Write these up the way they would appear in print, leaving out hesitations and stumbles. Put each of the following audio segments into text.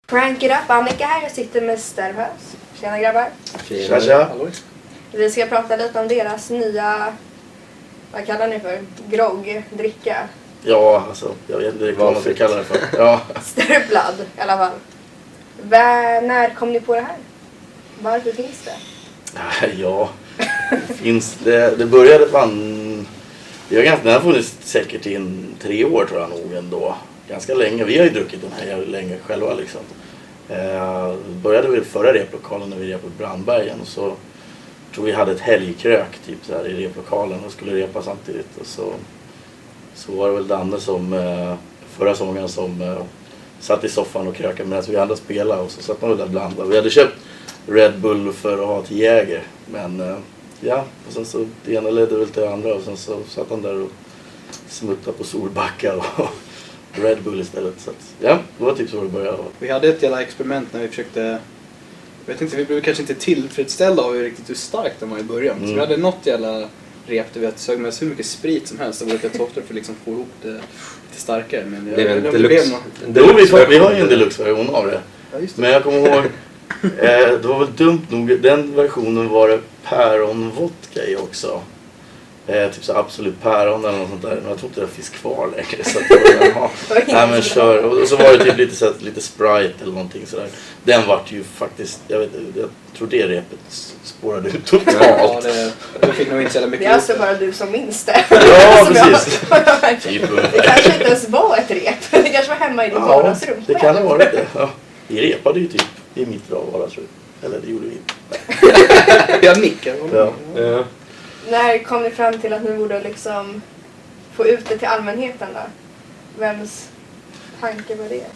Crank it up, Annika här. Jag sitter med Stervhus. Tjena grabbar. Tja. Vi ska prata lite om deras nya, vad kallar ni för? Grogg, dricka. Ja, alltså, jag vet inte vad man ska kalla det för. Ja. Sterblad i alla fall. När kom ni på det här? Varför finns det? Ja, finns det började den har funnits säkert i 3 år tror jag nog ändå. Ganska länge. Vi har ju druckit den här länge själva liksom. Började vi förra replokalen när vi repade på Brandbergen, och så tror vi hade ett helgkrök typ så här i replokalen och skulle repa samtidigt, och så var det väl Danne som förra sången som satt i soffan och krökade medan vi andra spelade, och så satt man väl där blandade. Vi hade köpt Red Bull för att ha till Jäger, men ja, och sen så det ena ledde väl till det andra, och sen så satt han där och smuttade på Solbacka och Red Bull istället. Så att, ja, det var typ så det började. Vi hade ett jävla experiment när vi försökte, jag vet inte, vi blev kanske inte tillfredsställda av hur starkt de var i början. Så vi hade något jävla rep där vi sög med så mycket sprit som helst och olika sorter för att liksom få ihop det lite starkare. Men det är en deluxe. Vi har ju en deluxe-version av det. Ja, just det. Men jag kommer ihåg, det var väl dumt nog, den versionen var det päronvodka i också. Typ så absolut päron eller något sånt där. Men jag tror inte det finns kvar längre. Så att nej, men kör. Och så var det typ lite Sprite eller någonting sådär. Den vart ju faktiskt, jag tror det repet spårade ut totalt. Ja, det fick nog inte så mycket. Det är alltså bara du som minns det. Ja, precis. Det kanske inte ens var ett rep. Det kanske var hemma i din vardagsrum. Det kan ha varit det. Ja. Vi repade ju typ i mitt bra vardagsrum. Eller det gjorde vi inte. Jag nickar. Ja. När kom ni fram till att ni borde liksom få ut det till allmänheten då? Vems tanke var det?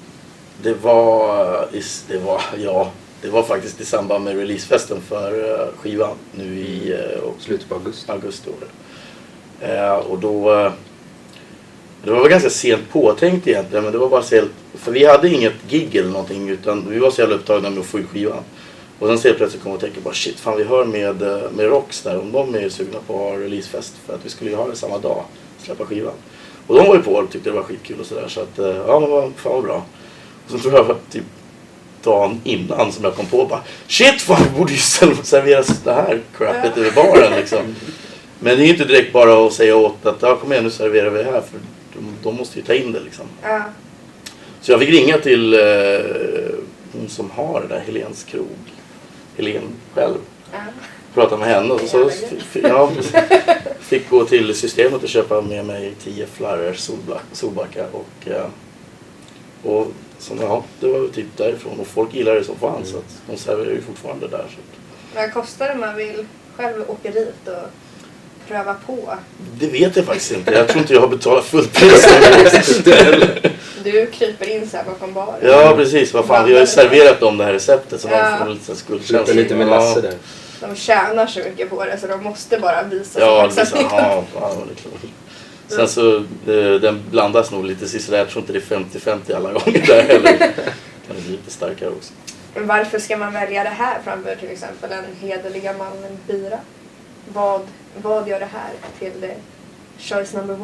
Det var faktiskt i samband med releasefesten för skivan nu i slutet på augusti. Och då det var väl ganska sent påtänkt egentligen, men det var bara så helt, för vi hade inget gig eller någonting, utan vi var så jävla upptagna med att få ut skivan. Och sen ser jag plötsligt komma och tänka bara shit, fan vi hör med Rocks där, om de är sugna på att ha releasefest, för att vi skulle ju ha det samma dag, släppa skivan. Och de var ju på och tyckte det var skitkul och sådär, så att ja, men fan vad bra. Och sen tror jag var typ dagen innan som jag kom på bara shit, fan vi borde ju servera det här crapet över baren liksom. Men det är ju inte direkt bara att säga åt att ja, kom igen nu serverar vi det här, för de måste ju ta in det liksom. Så jag fick ringa till hon som har det där, Helens krog. Helen själv. Prata med henne, och så fick gå till systemet och köpa med mig 10 flarrer Solbacka, och så, ja, det var typ därifrån, och folk gillar det som fan, så att de serverar ju fortfarande där. Så. Vad kostar det man vill själv åka dit och pröva på? Det vet jag faktiskt inte. Jag tror inte jag har betalat fullt pris. Du kryper in så här bakom baren. Ja, precis. Vad fan, vi har ju serverat dem det här receptet, så man får lite skuldkänsla. Lite med Lasse där. De tjänar så mycket på det, så de måste bara visa ja, det är så, ja, det är klart. Sen så, den blandas nog lite sist. Jag tror inte det är 50-50 alla gånger där heller. Kan det bli lite starkare också. Men varför ska man välja det här framför till exempel en hederliga mannen bira? Vad gör det här till det choice number 1?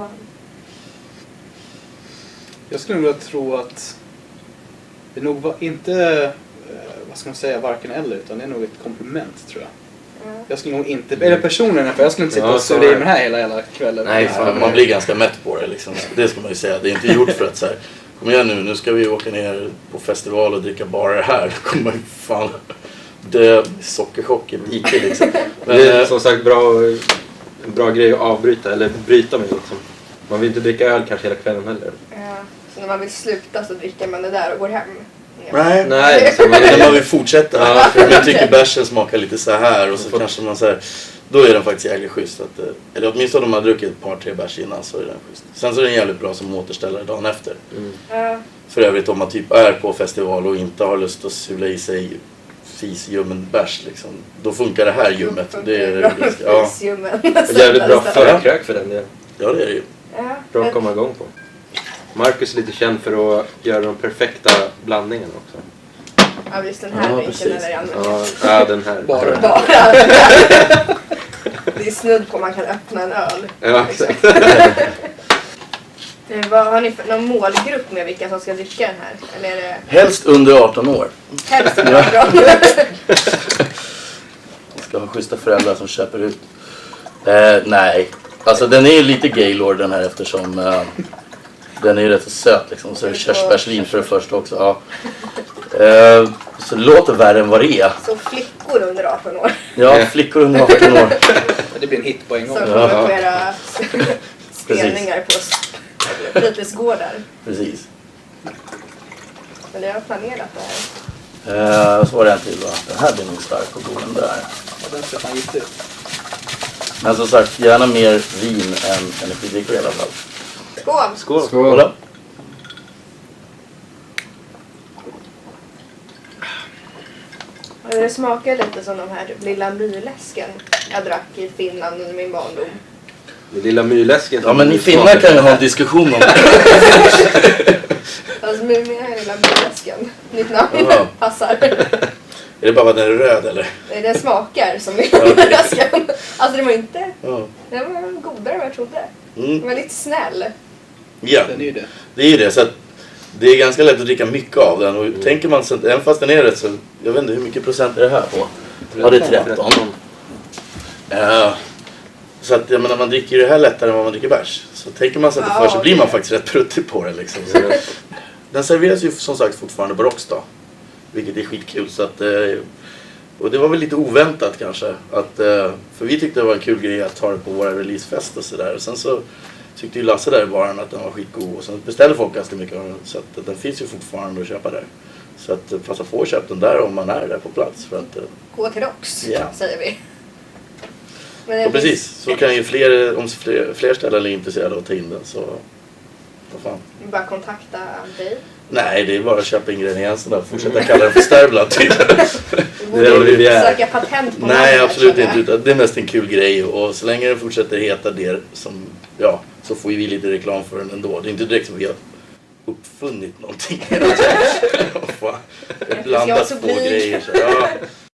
Jag skulle nog tro att det nog var inte, vad ska man säga, varken eller, utan det är nog ett komplement, tror jag. Jag skulle nog inte, eller personen, för jag skulle inte sitta och surra i med det här hela kvällen. Nej, fan, man blir ganska mätt på det liksom. Det ska man ju säga. Det är inte gjort för att så här, kom igen nu ska vi åka ner på festival och dricka bara det här. Då kommer man ju fan dö sockerchock i diket liksom. Men, det är som sagt en bra grej att avbryta, eller bryta med liksom. Man vill inte dricka öl kanske hela kvällen heller. Ja, så när man vill sluta så dricker man det där och går hem. Nej, när man vill fortsätta. För jag tycker bärsen smakar lite så här, och så kanske man säger, då är den faktiskt jävligt schysst. Eller åtminstone om man har druckit ett par, 3 bärs innan, så är den schysst. Sen så är den jävligt bra som återställare dagen efter. För övrigt om man typ är på festival och inte har lust att sula i sig fisljummen bärs liksom, då funkar det här ljummet. Det är jävligt bra förkrök för den. Ja, det är det ju. Bra att komma igång på. Marcus är lite känd för att göra de perfekta blandningarna också. Ja, just den här drinken eller annan. Ja, den här. Bara. Det är snudd på man kan öppna en öl. Ja, exakt. Vad har ni för någon målgrupp med vilka som ska dricka den här? Eller är det Helst under 18 år. helst Ja. bra? Man ska ha schyssta föräldrar som köper ut. Nej, alltså den är ju lite gaylord den här eftersom den är ju rätt så söt liksom. Så är det körsbärsvin för det första också. Ja. Så det låter värre än vad det är. Så flickor under 18 år Ja, flickor under 18 år. Det blir en hit på en gång. som kommer på era spelningar på fritidsgårdar. Precis. Men jag har planerat det här. Så var det en till va? Den här blir nog stark och god den där. Ja, den ser fan giftig ut. Men som sagt, gärna mer vin än energidrycker i alla fall. Skål! Skål! Skål. Kolla. Det smakar lite som de här lilla myläsken jag drack i Finland under min barndom. Det lilla myläsket. Ja men ni finnar kan ju ha en diskussion om det. Alltså mina lilla myläsken. Nytt namn Jaha. passar. Är det bara för att den är röd eller? Den smakar som Okej. lilla myläsken. Alltså det var inte... Ja. Den var godare än vad jag trodde. Den Mm. var lite snäll. Ja, Den är ju det. det är ju det. Så att det är ganska lätt att dricka mycket av den. Och tänker man så, även fast den är rätt så... Jag vet inte hur mycket procent är det här på? Ja, det är 13. Så att jag menar, man dricker ju det här lättare än vad man dricker bärs. Så tänker man sig att det för så blir man faktiskt rätt pruttig på det liksom. Så, den serveras ju som sagt fortfarande på Rockstar. Vilket är skitkul. Så att, och det var väl lite oväntat kanske. Att, för vi tyckte det var en kul grej att ta det på våra releasefest och sådär. Sen så tyckte ju Lasse där i baren att den var skitgod. Och sen beställde folk ganska mycket av den. Så att den finns ju fortfarande att köpa där. Så att passa på att köpa den där om man är där på plats. För att, Gå till Rox, Ja. säger vi. Men och precis, så kan ju om fler ställen är intresserade av att ta in den så... Vad fan. Bara kontakta dig. Nej, det är bara att köpa ingredienserna och fortsätta kalla den för Stärblad typ. Vi Det är vad vi borde begär. söka patent på Nej, namnet, absolut känner jag. inte. Utan det är mest en kul grej och så länge den fortsätter heta det som, ja, så får vi lite reklam för den ändå. Det är inte direkt som vi har uppfunnit någonting. Fan. Det är blandat så två blir- grejer. Så, ja.